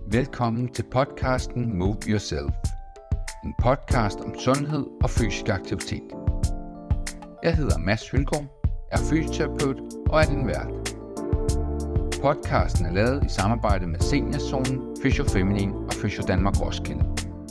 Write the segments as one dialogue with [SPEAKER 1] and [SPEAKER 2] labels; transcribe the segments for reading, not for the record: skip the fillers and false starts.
[SPEAKER 1] Velkommen til podcasten Move Yourself. En podcast om sundhed og fysisk aktivitet. Jeg hedder Mads Hylgaard, er fysioterapeut og er din vært. Podcasten er lavet i samarbejde med Seniorzonen, Fysiofeminin og Fysiodanmark Roskilde.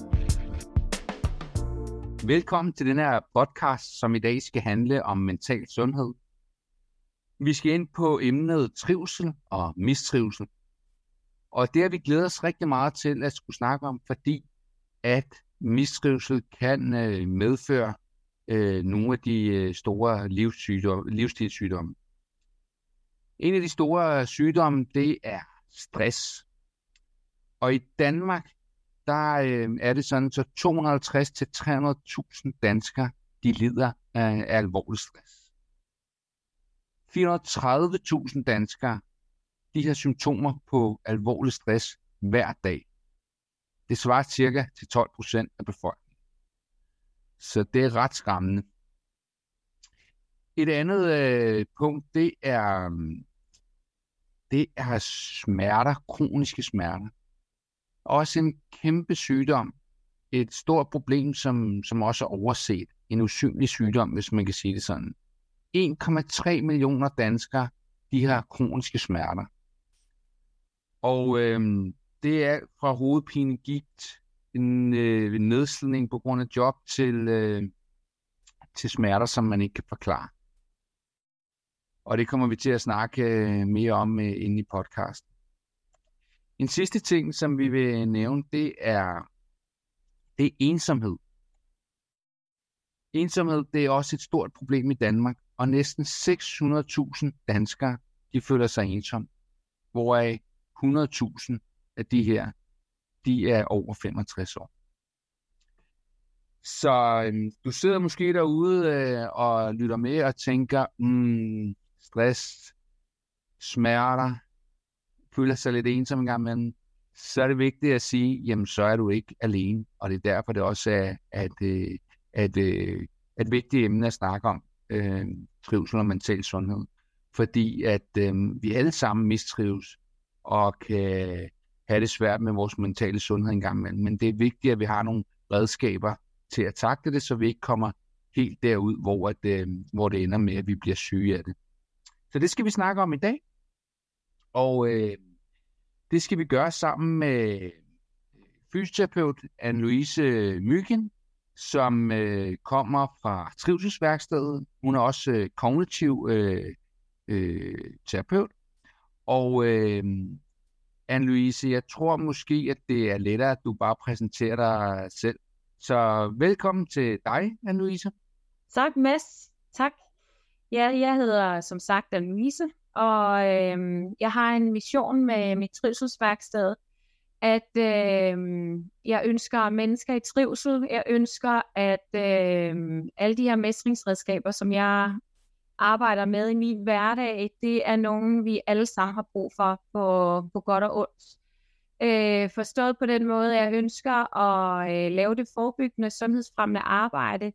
[SPEAKER 1] Velkommen til den her podcast, som i dag skal handle om mental sundhed. Vi skal ind på emnet trivsel og mistrivsel. Og det har vi glædet os rigtig meget til at skulle snakke om, fordi at mistrivsel kan medføre nogle af de store livsstilssygdomme. En af de store sygdomme, det er stress. Og i Danmark, der er det sådan, så 250-300.000 danskere, de lider af alvorlig stress. 430.000 danskere, de har symptomer på alvorlig stress hver dag. Det svarer cirka til 12% af befolkningen. Så det er ret skræmmende. Et andet punkt, det er smerter, kroniske smerter. Også en kæmpe sygdom. Et stort problem, som også er overset. En usynlig sygdom, hvis man kan sige det sådan. 1,3 millioner danskere, de har kroniske smerter. Og det er fra hovedpine, gigt, en nedslidning på grund af job til smerter, som man ikke kan forklare. Og det kommer vi til at snakke mere om inde i podcasten. En sidste ting, som vi vil nævne, det er ensomhed. Ensomhed, det er også et stort problem i Danmark, og næsten 600.000 danskere, de føler sig ensomme, hvoraf 100.000 af de her, de er over 65 år. Så du sidder måske derude og lytter med og tænker, stress, smerter, føler sig lidt ensom en gang imellem, så er det vigtigt at sige, jamen så er du ikke alene. Og det er derfor, det også er et vigtigt emne at snakke om, trivsel og mental sundhed. Fordi at vi alle sammen mistrives og kan have det svært med vores mentale sundhed en gang imellem. Men det er vigtigt, at vi har nogle redskaber til at takle det, så vi ikke kommer helt derud, hvor det ender med, at vi bliver syge af det. Så det skal vi snakke om i dag. Og det skal vi gøre sammen med fysioterapeut Anne-Louise Myggen, som kommer fra Trivselsværkstedet. Hun er også kognitiv terapeut. Og Anne-Louise, jeg tror måske, at det er lettere, at du bare præsenterer dig selv. Så velkommen til dig, Anne-Louise.
[SPEAKER 2] Tak, Mads. Tak. Ja, jeg hedder som sagt Anne-Louise, og jeg har en mission med mit trivselsværksted, at jeg ønsker mennesker i trivsel. Jeg ønsker, at alle de her mestringsredskaber, som jeg arbejder med i min hverdag, det er nogen, vi alle sammen har brug for på godt og ondt. Forstået på den måde, jeg ønsker at lave det forebyggende sundhedsfremmende arbejde,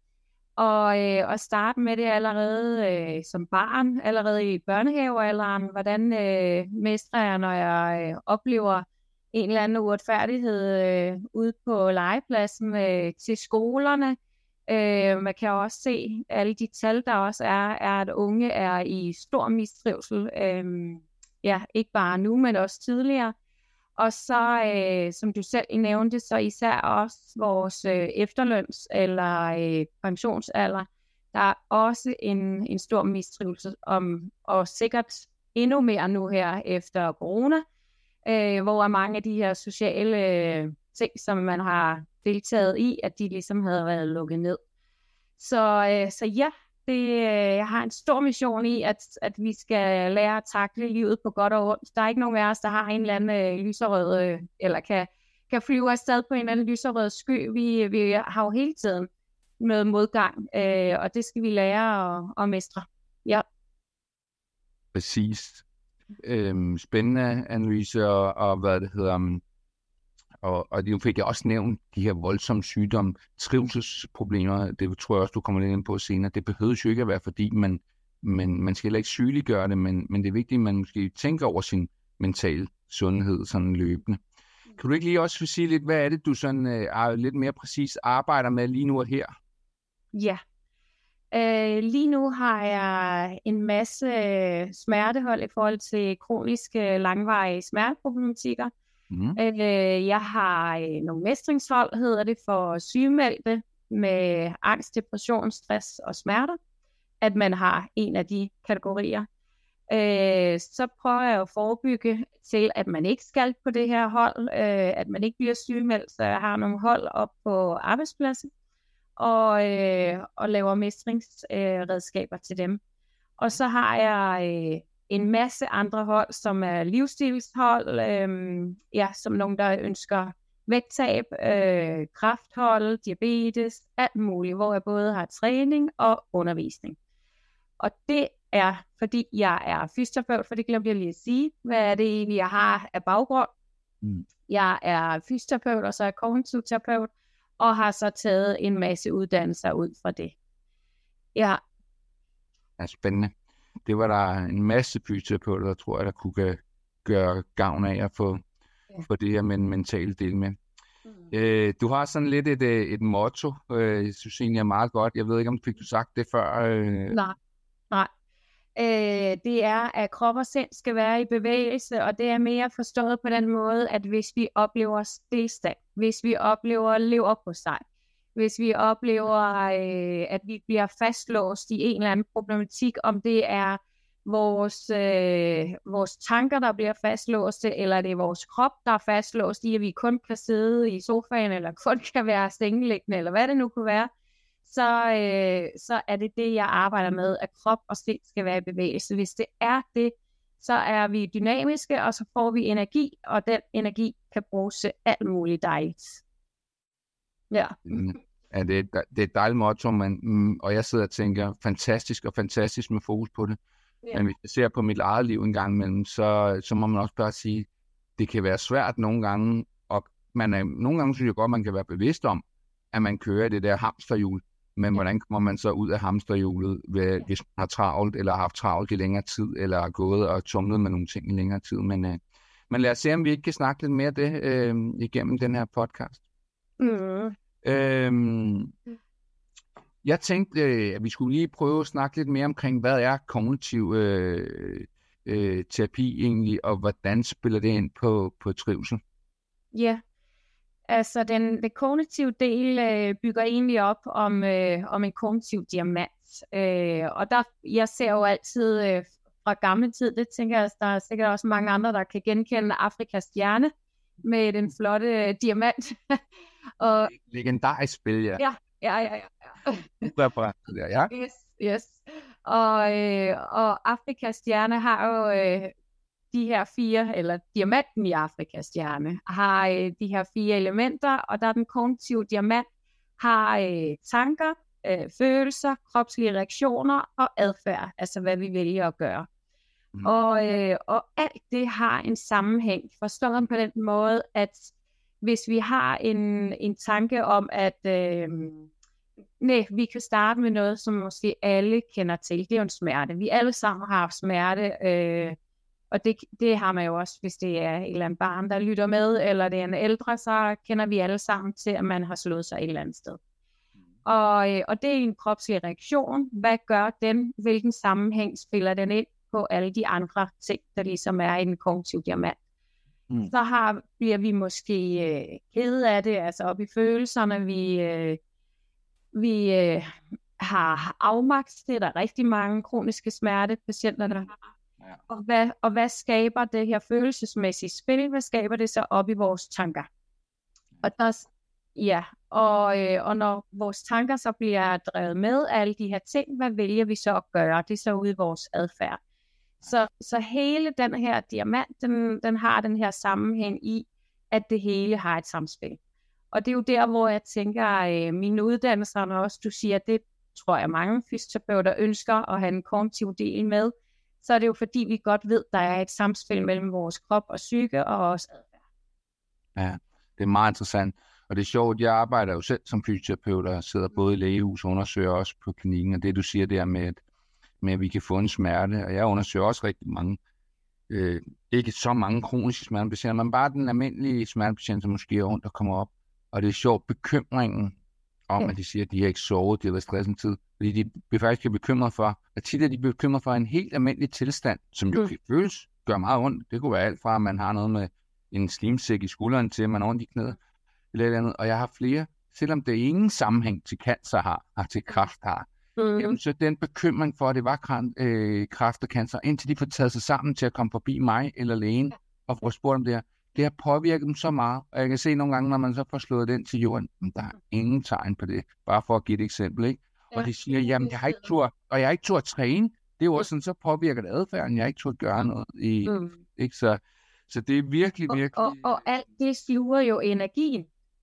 [SPEAKER 2] og starte med det allerede som barn, allerede i børnehavealderen. Hvordan mestrer jeg, når jeg oplever en eller anden uretfærdighed ude på legepladsen til skolerne. Man kan også se alle de tal, der også er at unge er i stor mistrivsel. Ikke bare nu, men også tidligere. Og så, som du selv nævnte, så især også vores efterløns- eller pensionsalder. Der er også en stor mistrivsel, og sikkert endnu mere nu her efter corona, hvor mange af de her sociale ting, som man har deltaget i, at de ligesom havde været lukket ned. Så ja, jeg har en stor mission i, at vi skal lære at takle livet på godt og ondt. Der er ikke nogen af os, der har en eller anden lyserød, eller kan flyve afsted på en eller anden lyserød sky. Vi har jo hele tiden noget modgang, og det skal vi lære at mestre. Ja.
[SPEAKER 1] Præcis. Spændende analyse, og hvad det hedder... Og nu fik jeg også nævnt de her voldsomme sygdomme, trivselsproblemer, det tror jeg også, du kommer lidt ind på senere. Det behøver jo ikke at være, fordi man skal heller ikke sygeliggøre det, men det er vigtigt, at man måske tænker over sin mentale sundhed sådan løbende. Kan du ikke lige også sige lidt, hvad er det, du sådan er lidt mere præcis arbejder med lige nu og her?
[SPEAKER 2] Ja. Lige nu har jeg en masse smertehold i forhold til kroniske, langvarige smerteproblematikker. Jeg har nogle mestringshold, hedder det, for sygemeldte med angst, depression, stress og smerter. At man har en af de kategorier. Så prøver jeg at forebygge til, at man ikke skal på det her hold, at man ikke bliver sygemeldt, så jeg har nogle hold op på arbejdspladsen, og laver mestringsredskaber til dem. Og så har jeg en masse andre hold, som er livsstilshold, som nogen, der ønsker vægttab, kræfthold, diabetes, alt muligt, hvor jeg både har træning og undervisning. Og det er, fordi jeg er fysioterapeut, for det glemte jeg lige at sige. Hvad er det egentlig, jeg har af baggrund? Jeg er fysioterapeut, og så er jeg kognitiv terapeut, og har så taget en masse uddannelser ud fra det. Ja.
[SPEAKER 1] Ja, spændende. Det var der en masse fysioterapeuter, der tror jeg, der kunne gøre gavn af at få det her med en mental del med. Du har sådan lidt et motto, jeg synes egentlig er meget godt. Jeg ved ikke, om fik du sagt det før?
[SPEAKER 2] Nej. Det er, at krop og sind skal være i bevægelse, og det er mere forstået på den måde, at hvis vi oplever stilstand, hvis vi oplever leverpostej, hvis vi oplever, at vi bliver fastlåst i en eller anden problematik, om det er vores tanker, der bliver fastlåste, eller det er vores krop, der er fastlåst i, at vi kun kan sidde i sofaen, eller kun kan være sengeliggende, eller hvad det nu kunne være, så er det, jeg arbejder med, at krop og sind skal være i bevægelse. Hvis det er det, så er vi dynamiske, og så får vi energi, og den energi kan bruges til alt muligt dejligt. Ja.
[SPEAKER 1] Ja, det er et dejligt motto, og jeg sidder og tænker, fantastisk med fokus på det. Ja. Men hvis jeg ser på mit eget liv en gang imellem, så må man også bare sige, det kan være svært nogle gange, og nogle gange synes jeg godt, man kan være bevidst om, at man kører det der hamsterhjul. Men hvordan kommer man så ud af hamsterhjulet, hvis man har travlt, eller har haft travlt i længere tid, eller har gået og tumlet med nogle ting i længere tid. Men lad os se, om vi ikke kan snakke lidt mere af det igennem den her podcast. Jeg tænkte, at vi skulle lige prøve at snakke lidt mere omkring, hvad er kognitiv terapi egentlig, og hvordan spiller det ind på trivsel?
[SPEAKER 2] Ja. Altså, den kognitive del bygger egentlig op om en kognitiv diamant. Og jeg ser jo altid fra gamle tid, det tænker jeg, der er sikkert også mange andre, der kan genkende Afrikas stjerne med den flotte diamant. Og
[SPEAKER 1] legendarisk spil, ja.
[SPEAKER 2] Ja. Yes. Og Afrikas stjerne har jo de her 4, eller diamanten i Afrikas stjerne, har de her 4 elementer, og der er den kognitive diamant, har tanker, følelser, kropslige reaktioner og adfærd, altså hvad vi vælger at gøre. Og alt det har en sammenhæng, forstået på den måde, at hvis vi har en tanke om, at vi kan starte med noget, som måske alle kender til, det er jo en smerte. Vi alle sammen har haft smerte, og det har man jo også, hvis det er et eller andet barn, der lytter med, eller det er en ældre, så kender vi alle sammen til, at man har slået sig et eller andet sted. Og det er en kropslig reaktion. Hvad gør den? Hvilken sammenhæng spiller den ind på alle de andre ting, der ligesom er i den kognitive diamant? Så bliver vi måske kede af det, altså op i følelserne. Vi har afmagt. Det er der rigtig mange kroniske smertepatienter, der har. Ja. Og hvad skaber det her følelsesmæssige spil? Hvad skaber det så op i vores tanker? Og når vores tanker så bliver drevet med alle de her ting, hvad vælger vi så at gøre? Det er så ude i vores adfærd. Så hele den her diamant, den har den her sammenhæng i, at det hele har et samspil. Og det er jo der, hvor jeg tænker, mine uddannelser også, du siger, det tror jeg mange fysioterapeuter ønsker at have en kognitiv del med, så er det jo fordi, vi godt ved, der er et samspil mellem vores krop og psyke og også adfærd.
[SPEAKER 1] Ja, det er meget interessant. Og det er sjovt, jeg arbejder jo selv som fysioterapeut og sidder både i lægehus og undersøger også på klinikken. Og det du siger der med, at vi kan få en smerte, og jeg undersøger også rigtig mange ikke så mange kroniske smertepatienter, men bare den almindelige smertepatient, som måske er ondt og kommer op. Og det er sjovt, bekymringen om, at de siger, at de har ikke sovet, de har været stresset en tid. Fordi de faktisk er bekymret for, at tit er de bekymret for en helt almindelig tilstand, som jo kan føles, gør meget ondt. Det kunne være alt fra, at man har noget med en slimsæk i skulderen til, at man har ondt i knæet, eller andet. Og jeg har flere, selvom det ingen sammenhæng til cancer har til kræft har. Jamen, så den bekymring for, at det var kræft og cancer, indtil de får taget sig sammen til at komme forbi mig eller lægen og få spurgt om det her, det har påvirket dem så meget. Og jeg kan se nogle gange, når man så får slået den til jorden, der er ingen tegn på det. Bare for at give et eksempel, ikke? Og de siger, jamen, jeg har ikke tur at træne. Det er jo også sådan, så påvirker det adfærden. Jeg har ikke tur at gøre noget. Ikke? Så det er virkelig.
[SPEAKER 2] Og alt det sluger jo energien.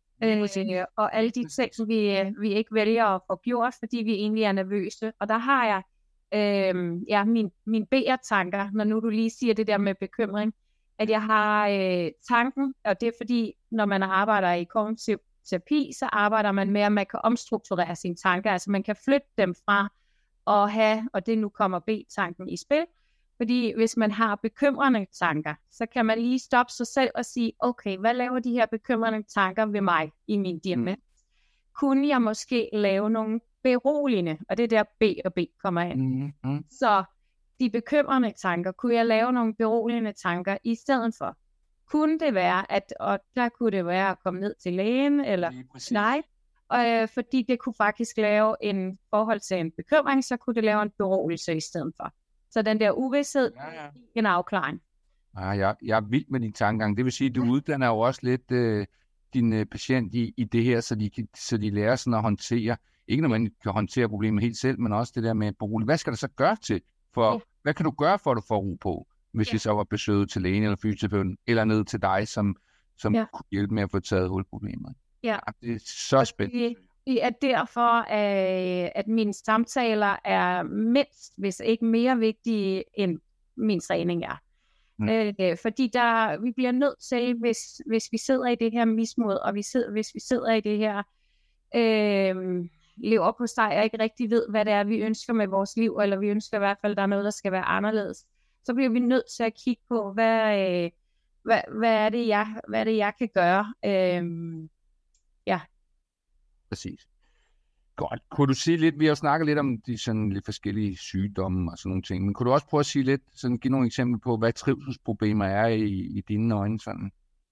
[SPEAKER 2] Og alle de ting, som vi ikke vælger at få gjort, fordi vi egentlig er nervøse. Og der har jeg min BR-tanker, når nu du lige siger det der med bekymring, at jeg har tanken, og det er fordi, når man arbejder i kognitiv terapi, så arbejder man med, at man kan omstrukturere sine tanker, altså man kan flytte dem fra at have, og det nu kommer B-tanken i spil, fordi hvis man har bekymrende tanker, så kan man lige stoppe sig selv og sige, okay, hvad laver de her bekymrende tanker ved mig i min diamant? Kunne jeg måske lave nogle beroligende, og det er der B og B kommer ind. Så de bekymrende tanker, kunne jeg lave nogle beroligende tanker i stedet for? Kunne det være, og der kunne det være at komme ned til lægen, eller snakke, fordi det kunne faktisk lave en forhold til en bekymring, så kunne det lave en beroligelse i stedet for. Så den der uvidshed, en afklaring.
[SPEAKER 1] Jeg er vild med din tankegang. Det vil sige, at du uddanner jo også lidt din patient i det her, så de lærer sådan at håndtere, ikke når man kan håndtere problemet helt selv, men også det der med berolig. Hvad skal der så gøre til? Hvad kan du gøre for, at du får ro på, hvis det så var besøget til lægen eller fysioterapeuten, eller ned til dig, som kunne hjælpe med at få taget hovedproblemet?
[SPEAKER 2] Ja.
[SPEAKER 1] Det er så spændende.
[SPEAKER 2] Det er derfor, at mine samtaler er mindst, hvis ikke mere vigtige, end min træning er. Fordi vi bliver nødt til, hvis vi sidder i det her mismod, og hvis vi sidder i det her lever på sig, og ikke rigtig ved, hvad det er, vi ønsker med vores liv, eller vi ønsker i hvert fald, der er noget, der skal være anderledes, så bliver vi nødt til at kigge på, hvad er det, jeg kan gøre.
[SPEAKER 1] Præcis. Godt. Kunne du sige lidt, vi har jo snakket lidt om de sådan lidt forskellige sygdomme og sådan nogle ting, men kunne du også prøve at sige lidt, sådan give nogle eksempler på, hvad trivselsproblemer er i dine øjne sådan?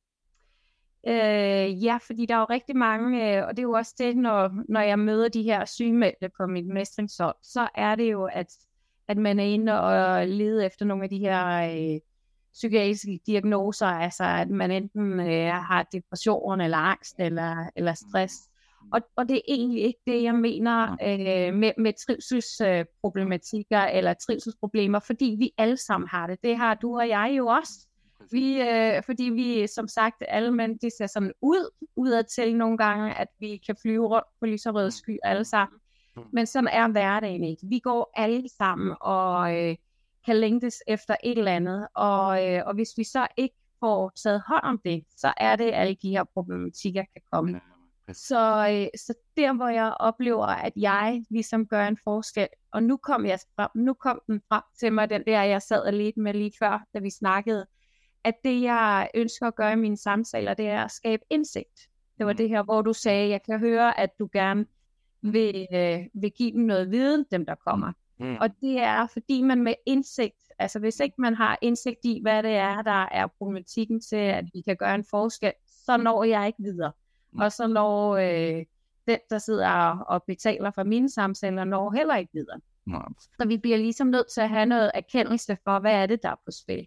[SPEAKER 2] Ja, fordi der er jo rigtig mange, og det er jo også det, når jeg møder de her sygemeldte på mit mestringshold, så er det jo, at man er inde og leder efter nogle af de her psykiatriske diagnoser, altså at man enten har depression eller angst eller stress. Og det er egentlig ikke det, jeg mener med trivselsproblematikker eller trivselsproblemer, fordi vi alle sammen har det. Det har du og jeg jo også. Fordi vi, som sagt, alle mænd, det ser sådan udadtil nogle gange, at vi kan flyve rundt på lyserøde sky alle sammen. Men sådan er hverdagen ikke. Vi går alle sammen og kan længtes efter et eller andet. Og hvis vi så ikke får taget hånd om det, så er det, alle de her problematikker kan komme. Så der, hvor jeg oplever, at jeg ligesom gør en forskel, og nu kom den frem til mig, den der, jeg sad og ledte med lige før, da vi snakkede, at det, jeg ønsker at gøre i mine samtaler, det er at skabe indsigt. Det var det her, hvor du sagde, jeg kan høre, at du gerne vil give dem noget viden, dem der kommer. Og det er, fordi man med indsigt, altså hvis ikke man har indsigt i, hvad det er, der er problematikken til, at vi kan gøre en forskel, så når jeg ikke videre. Og så når den, der sidder og betaler for mine samtaler, når heller ikke videre. Så vi bliver ligesom nødt til at have noget erkendelse for, hvad er det, der er på spil.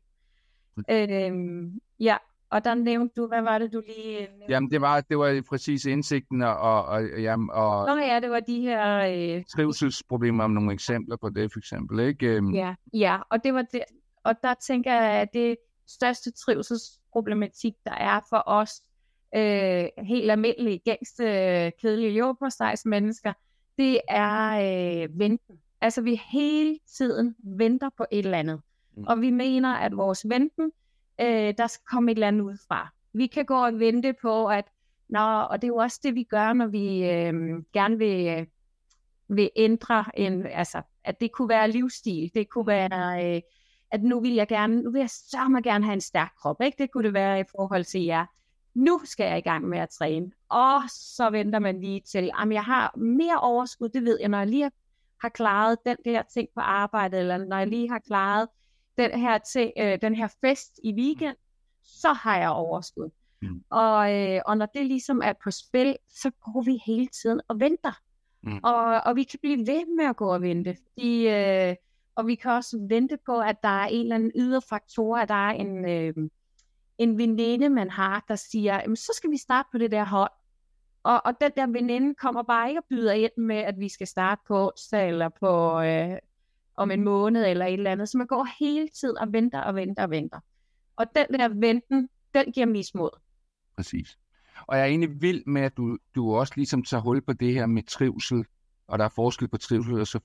[SPEAKER 2] Ja, og der nævnte du, hvad var det, du lige nævnte? Jamen,
[SPEAKER 1] det var præcis indsigten, og
[SPEAKER 2] Nå ja, det var de her
[SPEAKER 1] trivselsproblemer, om nogle eksempler på det, for eksempel, ikke?
[SPEAKER 2] Ja, og det var det, og der tænker jeg, at det største trivselsproblematik, der er for os, helt almindelige, gængste, kedelige jordpostejsmennesker, det er venten. Altså, vi hele tiden venter på et eller andet. Og vi mener, at vores venten, der skal komme et eller andet udefra. Vi kan gå og vente på, og det er jo også det, vi gør, når vi gerne vil ændre, altså, at det kunne være livsstil, det kunne være at nu vil jeg så gerne have en stærk krop, ikke? Det kunne det være i forhold til jer. Nu skal jeg i gang med at træne. Og så venter man lige til, jeg har mere overskud, det ved jeg, når jeg lige har klaret den der ting på arbejdet, eller når jeg lige har klaret den her fest i weekend, så har jeg overskud. Og når det ligesom er på spil, så går vi hele tiden og venter. Og vi kan blive ved med at gå og vente. Og vi kan også vente på, at der er en eller anden ydre faktor, at der er en veninde, man har, der siger, så skal vi starte på det der hold. Og den der veninde kommer bare ikke og byder ind med, at vi skal starte på onsdag, eller på om en måned, eller et eller andet. Så man går hele tiden og venter og venter og venter. Og den der venten, den giver mismod.
[SPEAKER 1] Præcis. Og jeg er egentlig vild med, at du også ligesom tager hul på det her med trivsel, og der er forskel på trivsel, og så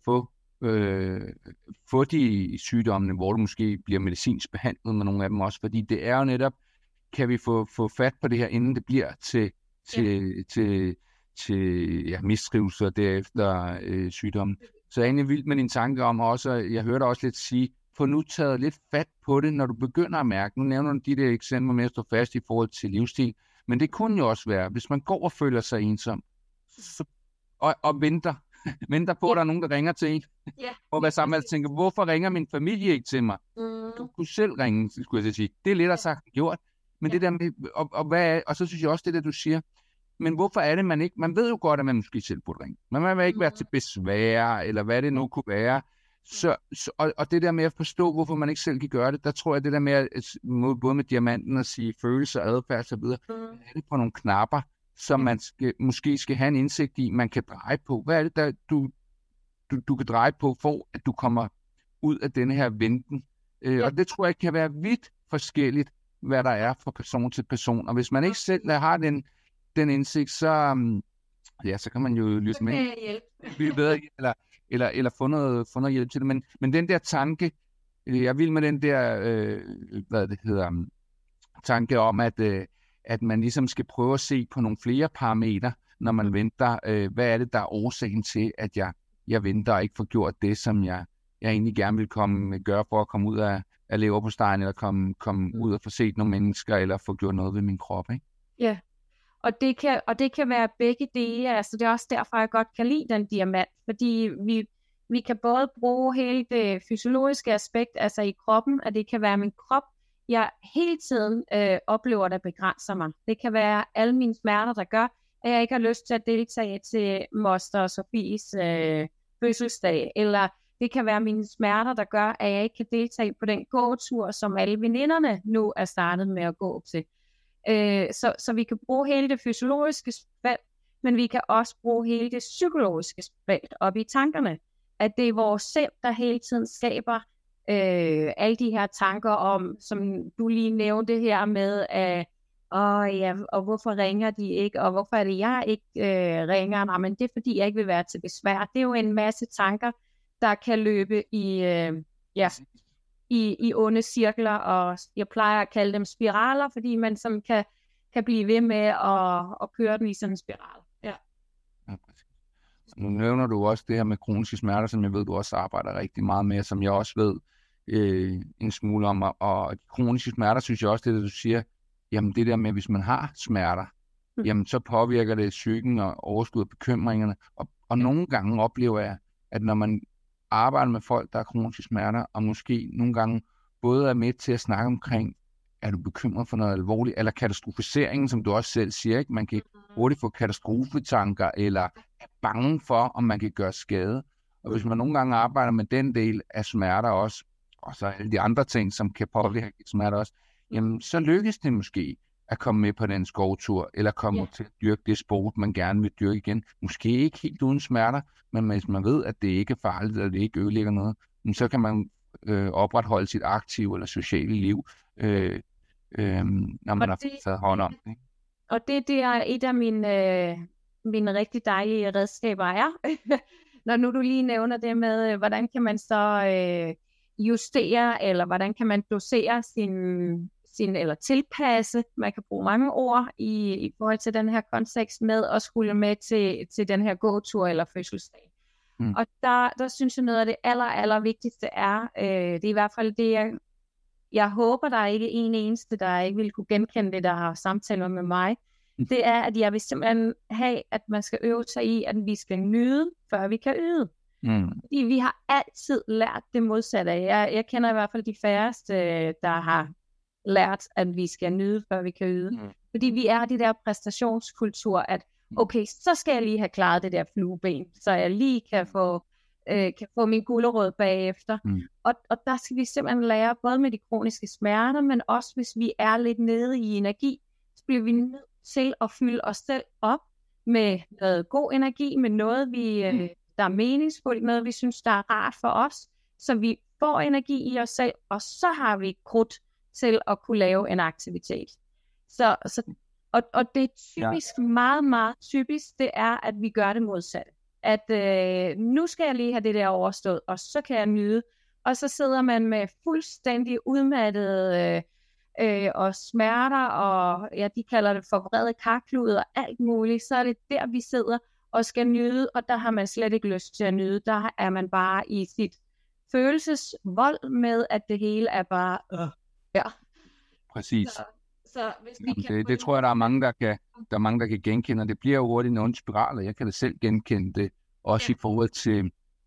[SPEAKER 1] få de sygdommene, hvor du måske bliver medicinsk behandlet med nogle af dem også, fordi det er jo netop, kan vi få fat på det her, inden det bliver til mistrivsel og derefter sygdommen. Så jeg er egentlig vild med din tanke om også, jeg hørte også lidt sige, få nu taget lidt fat på det, når du begynder at mærke. Nu nævner du de der eksempler med at stå fast i forhold til livsstil, men det kunne jo også være, hvis man går og føler sig ensom, og venter på, at der er nogen, der ringer til en, og være sammen og tænker, hvorfor ringer min familie ikke til mig? Du kunne selv ringe, skulle jeg sige. Det er lettere sagt end gjort, men det der med, og så synes jeg også det der, du siger, men hvorfor er det, man ved jo godt, at man måske selv burde ringe. Man vil ikke være til besvær, eller hvad det nu kunne være. Og det der med at forstå, hvorfor man ikke selv kan gøre det, der tror jeg, det der med at både med diamanten og sige følelser, adfærd og så videre, er det på nogle knapper, som man måske skal have en indsigt i, man kan dreje på. Hvad er det, der du kan dreje på, for at du kommer ud af denne her venten? Og det tror jeg kan være vidt forskelligt, hvad der er fra person til person. Og hvis man ikke selv har den indsigt, så kan man jo lytte med. Blive bedre, eller få noget hjælp til det. Men den der tanke, jeg vil med den der, tanke om, at man ligesom skal prøve at se på nogle flere parametre, når man venter. Hvad er det, der er årsagen til, at jeg venter og ikke får gjort det, som jeg egentlig gerne vil gøre for at komme ud af leverpostejen, eller komme ud og få set nogle mennesker, eller få gjort noget ved min krop, ikke?
[SPEAKER 2] Ja. Og det kan være begge dele, altså det er også derfor, jeg godt kan lide den diamant, fordi vi kan både bruge hele det fysiologiske aspekt, altså i kroppen, at det kan være min krop, jeg hele tiden oplever, der begrænser mig. Det kan være alle mine smerter, der gør, at jeg ikke har lyst til at deltage til moster og Sofies fødselsdag, eller det kan være mine smerter, der gør, at jeg ikke kan deltage på den gåtur, som alle veninderne nu er startet med at gå til. Så vi kan bruge hele det fysiologiske felt, men vi kan også bruge hele det psykologiske felt op i tankerne. At det er vores sind, der hele tiden skaber alle de her tanker om, som du lige nævnte her med, og hvorfor ringer de ikke, og hvorfor er det, jeg ikke ringer? Nej, men det er fordi, jeg ikke vil være til besvær. Det er jo en masse tanker, der kan løbe i onde cirkler, og jeg plejer at kalde dem spiraler, fordi man sådan kan blive ved med at køre den i sådan en spiral. Ja.
[SPEAKER 1] Nu nævner du også det her med kroniske smerter, som jeg ved, du også arbejder rigtig meget med, som jeg også ved en smule om, og kroniske smerter, synes jeg også, det du siger, jamen det der med, hvis man har smerter, jamen så påvirker det psyken og overskud og bekymringerne, og nogle gange oplever jeg, at når man arbejder med folk, der har kroniske smerter, og måske nogle gange både er med til at snakke omkring, er du bekymret for noget alvorligt, eller katastrofiseringen, som du også selv siger, ikke? Man kan hurtigt få katastrofetanker, eller er bange for, om man kan gøre skade. Og hvis man nogle gange arbejder med den del af smerter også, og så alle de andre ting, som kan påvirke smerter også, jamen så lykkes det måske at komme med på den skovtur, eller komme til at dyrke det sport, man gerne vil dyrke igen. Måske ikke helt uden smerter, men hvis man ved, at det ikke er farligt, eller det ikke ødelægger noget, så kan man opretholde sit aktive eller sociale liv, når man har taget hånd om det.
[SPEAKER 2] Og det er et af mine rigtig dejlige redskaber er, når nu du lige nævner det med, hvordan kan man så justere, eller hvordan kan man dosere sin eller tilpasse, man kan bruge mange ord i forhold til den her kontekst med at skulle med til den her gåtur eller fødselsdag. Og der synes jeg noget af det aller vigtigste er, det er i hvert fald det, jeg håber, der er ikke en eneste, der ikke vil kunne genkende det, der har samtaler med mig. Det er, at jeg vil simpelthen have, at man skal øve sig i, at vi skal nyde, før vi kan yde. Fordi vi har altid lært det modsatte. Jeg kender i hvert fald de færreste, der har lært, at vi skal nyde, før vi kan yde. Fordi vi er det der præstationskultur, at okay, så skal jeg lige have klaret det der flueben, så jeg lige kan få min gulerod bagefter. Og der skal vi simpelthen lære, både med de kroniske smerter, men også hvis vi er lidt nede i energi, så bliver vi nødt til at fylde os selv op med noget god energi, med noget, der er meningsfuldt, noget, vi synes, der er rart for os, så vi får energi i os selv, og så har vi krudt til at kunne lave en aktivitet. Og det er typisk, meget typisk, det er, at vi gør det modsatte. At nu skal jeg lige have det der overstået, og så kan jeg nyde. Og så sidder man med fuldstændig udmattet og smerter, og de kalder det forvredet karklud og alt muligt. Så er det der, vi sidder og skal nyde, og der har man slet ikke lyst til at nyde. Der er man bare i sit følelsesvold med, at det hele er bare... Ja.
[SPEAKER 1] Præcis.
[SPEAKER 2] Så hvis vi
[SPEAKER 1] det tror jeg, der er mange, der kan genkende, og det bliver jo hurtigt en ond spiral, og jeg kan da selv genkende det, også i forhold til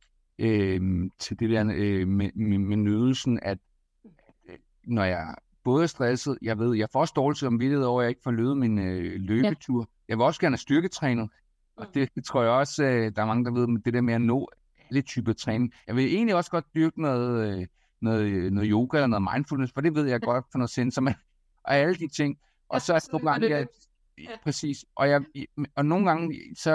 [SPEAKER 1] det der med nydelsen, at når jeg både er stresset, jeg får også dårligt samvittighed over, at jeg ikke får løbet min løbetur. Jeg vil også gerne have styrketrænet, og det tror jeg også, der er mange, der ved, det der med at nå alle typer træning. Jeg vil egentlig også godt dyrke noget yoga eller noget mindfulness, for det ved jeg godt for noget sensor, og alle de ting. Og så er nogle gange, præcis, og nogle gange, så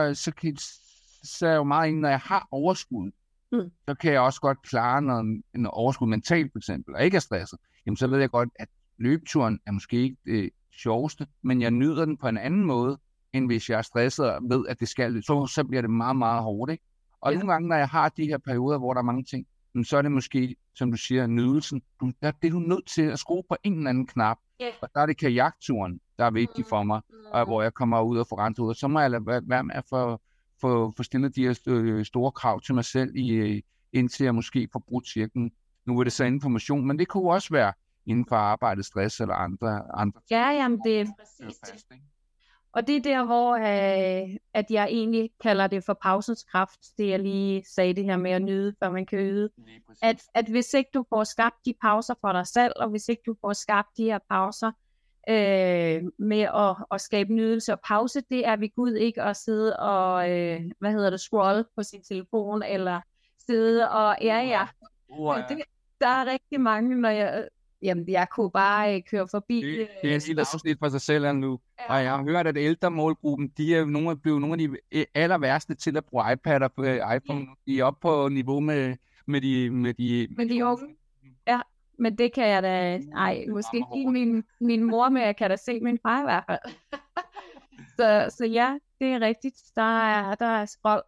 [SPEAKER 1] er jeg jo meget inde, når jeg har overskud, så kan jeg også godt klare noget overskud mentalt, for eksempel, og ikke er stresset. Jamen, så ved jeg godt, at løbeturen er måske ikke det sjoveste, men jeg nyder den på en anden måde, end hvis jeg er stresset og ved, at det skal, så bliver det meget, meget hårdt, ikke? Og nogle gange, når jeg har de her perioder, hvor der er mange ting, så er det måske, som du siger, nydelsen. Det er du nødt til at skrue på en eller anden knap. Og der er det kajakturen, der er vigtig for mig, og hvor jeg kommer ud og får renset ud. Og så må jeg være med at få stillet de her store krav til mig selv, indtil jeg måske får brudt cirklen. Nu er det så inden for motion, men det kunne også være inden for arbejde, stress eller andre.
[SPEAKER 2] Ja, jamen det er præcis det. Og det er der, hvor at jeg egentlig kalder det for pausens kraft, det jeg lige sagde det her med at nyde, før man kan yde. At hvis ikke du får skabt de pauser for dig selv, og hvis ikke du får skabt de her pauser med at skabe nydelse og pause, det er ved Gud ikke at sidde og, scrolle på sin telefon, eller sidde og, der er rigtig mange, når jeg kunne bare køre forbi.
[SPEAKER 1] Det er et lille afsnit for sig selv nu. Ja. Og jeg har hørt, at ældremålgruppen, de er blevet nogle af de aller værste til at bruge iPad'er på iPhone. De er oppe på niveau med de
[SPEAKER 2] unge. Ja, men det kan jeg da... Nej, måske ikke min mor, men jeg kan da se min far i hvert fald. så ja, det er rigtigt. Der er scroll.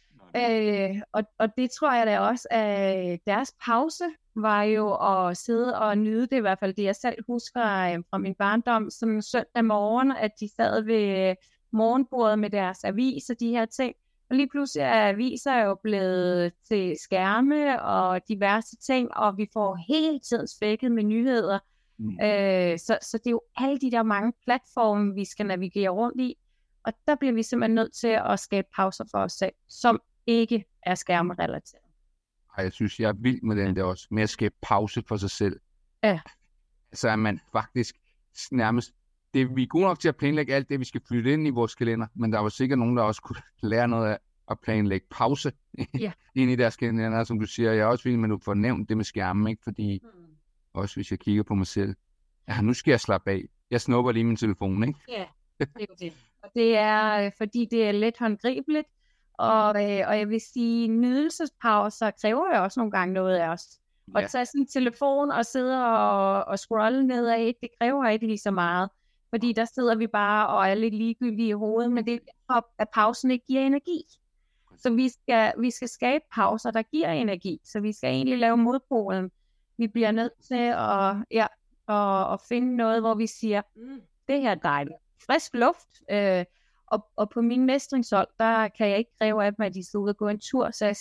[SPEAKER 2] Og det tror jeg da også, at deres pause var jo at sidde og nyde det, i hvert fald det jeg selv husker fra min barndom, som søndag morgen, at de sad ved morgenbordet med deres avis og de her ting. Og lige pludselig er aviser jo blevet til skærme og diverse ting, og vi får hele tiden spækket med nyheder. Så det er jo alle de der mange platforme, vi skal navigere rundt i. Og der bliver vi simpelthen nødt til at skabe pauser for os selv, som ikke er skærmrelateret.
[SPEAKER 1] Jeg synes, jeg er vild med den der også, med at skabe pause for sig selv.
[SPEAKER 2] Ja.
[SPEAKER 1] Så er man faktisk nærmest, vi er gode nok til at planlægge alt det, vi skal flytte ind i vores kalender, men der var sikkert nogen, der også kunne lære noget af at planlægge pause ind i deres kalender, som du siger. Jeg er også vild med, at du får nævnt det med skærmen, ikke? Fordi også hvis jeg kigger på mig selv, nu skal jeg slappe af. Jeg snupper lige min telefon, ikke?
[SPEAKER 2] Ja, det er jo det. Og det er, fordi det er let håndgribeligt, og jeg vil sige, nydelsespauser kræver jo også nogle gange noget af os. At tage sådan en telefon og sidde og scrolle nedad, det kræver ikke lige så meget. Fordi der sidder vi bare og er lidt ligegyldige i hovedet, men det er for, at pausen ikke giver energi. Så vi skal skabe pauser, der giver energi. Så vi skal egentlig lave modpolen. Vi bliver nødt til at finde noget, hvor vi siger, det her er dejligt. Frisk luft, Og på min mestringshold, der kan jeg ikke kræve af dem, at de skal ud og gå en tur, så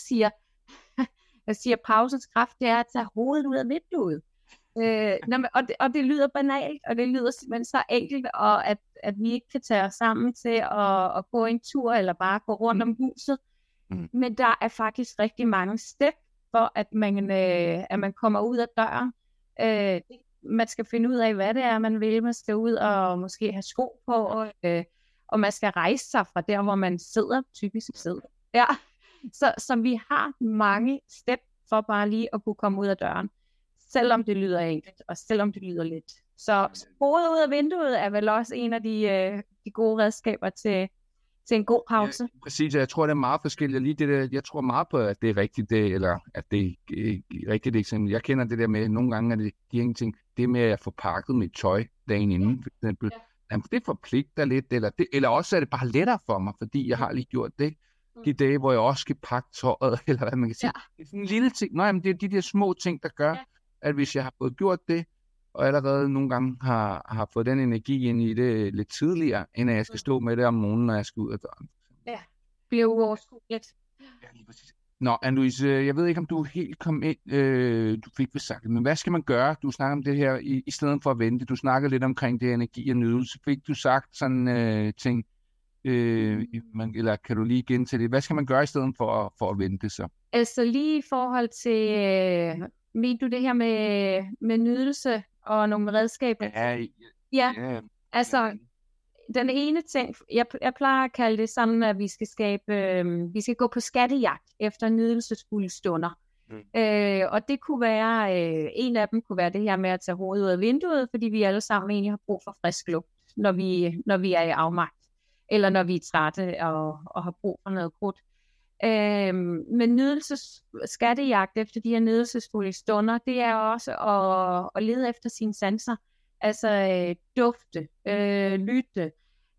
[SPEAKER 2] jeg siger, pausens kraft, det er at tage hovedet ud af vinduet. Og det lyder banalt, og det lyder simpelthen så enkelt, og at vi ikke kan tage os sammen til at gå en tur, eller bare gå rundt om huset. Men der er faktisk rigtig mange step for, at man kommer ud af døren. Man skal finde ud af, hvad det er, man vil. Man skal ud og måske have sko på, og man skal rejse sig fra der, hvor man typisk sidder. Ja. Så vi har mange step for bare lige at kunne komme ud af døren. Selvom det lyder enkelt, og selvom det lyder lidt. Så hovedet ud af vinduet er vel også en af de gode redskaber til en god pause.
[SPEAKER 1] Ja, præcis, jeg tror, det er meget forskelligt. Lige det der, jeg tror meget på, at det er rigtigt, eller at det er rigtigt eksempel. Jeg kender det der med, nogle gange er det de ingenting. Det med at få pakket mit tøj dagen inden, for eksempel. Jamen, det forpligter lidt, eller også er det bare lettere for mig, fordi jeg har lige gjort det. De dage, hvor jeg også skal pakke tøjet, eller hvad man kan sige. Det er sådan en lille ting. Nå, jamen, det er de der små ting, der gør, at hvis jeg har fået gjort det, og allerede nogle gange har fået den energi ind i det lidt tidligere, end at jeg skal stå med det om morgenen, når jeg skal ud af døren.
[SPEAKER 2] Ja, bliver uoverskueligt.
[SPEAKER 1] Ja, lige præcis. Nå, Anne-Louise, jeg ved ikke, om du helt kom ind, du fik sagt det, men hvad skal man gøre? Du snakker om det her, i stedet for at vente. Du snakker lidt omkring det energi og nydelse. Fik du sagt sådan ting, eller kan du lige gentage det? Hvad skal man gøre i stedet for at vente så?
[SPEAKER 2] Altså lige i forhold til, mener du det her med nydelse og nogle redskaber? Ja. Altså den ene ting, jeg plejer at kalde det sådan, at vi skal gå på skattejagt efter nydelsesfulde stunder. Og det kunne være, en af dem kunne være det her med at tage hovedet ud af vinduet, fordi vi alle sammen egentlig har brug for frisk luft, når vi er i afmagt, eller når vi er trætte og har brug for noget krudt. Men skattejagt efter de her nydelsesfulde stunder, det er også at lede efter sine sanser. Altså dufte, lytte,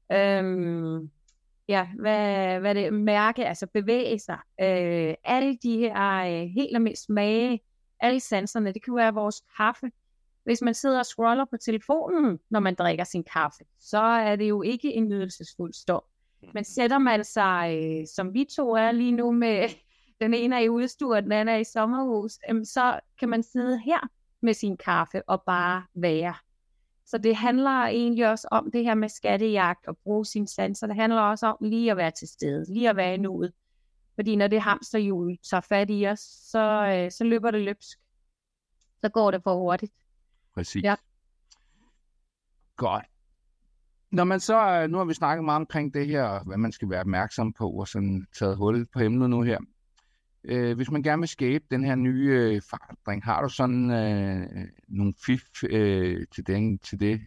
[SPEAKER 2] hvad det mærke, altså bevæge sig. Alle de her helt almindelige smage, alle sanserne, det kan være vores kaffe. Hvis man sidder og scroller på telefonen, når man drikker sin kaffe, så er det jo ikke en nydelsesfuld stund. Men sætter man sig, som vi to er lige nu, med den ene er i udstue, og den anden er i sommerhus, så kan man sidde her med sin kaffe og bare være. Så det handler egentlig også om det her med skattejagt og bruge sine sanser. Det handler også om lige at være til stede, lige at være i nuet. Fordi når det hamsterhjul tager fat i os, så løber det løbsk. Så går det for hurtigt.
[SPEAKER 1] Præcis. Ja. Godt. Når man så, nu har vi snakket meget omkring det her, hvad man skal være opmærksom på, og sådan taget hul på emnet nu her. Hvis man gerne vil skabe den her nye forandring, har du sådan nogle fif til det?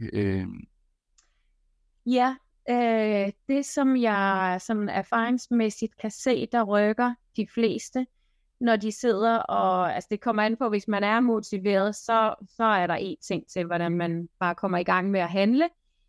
[SPEAKER 2] Ja, det som jeg som erfaringsmæssigt kan se, der rykker de fleste, når de sidder og, altså det kommer an på, hvis man er motiveret, så er der en ting til, hvordan man bare kommer i gang med at handle,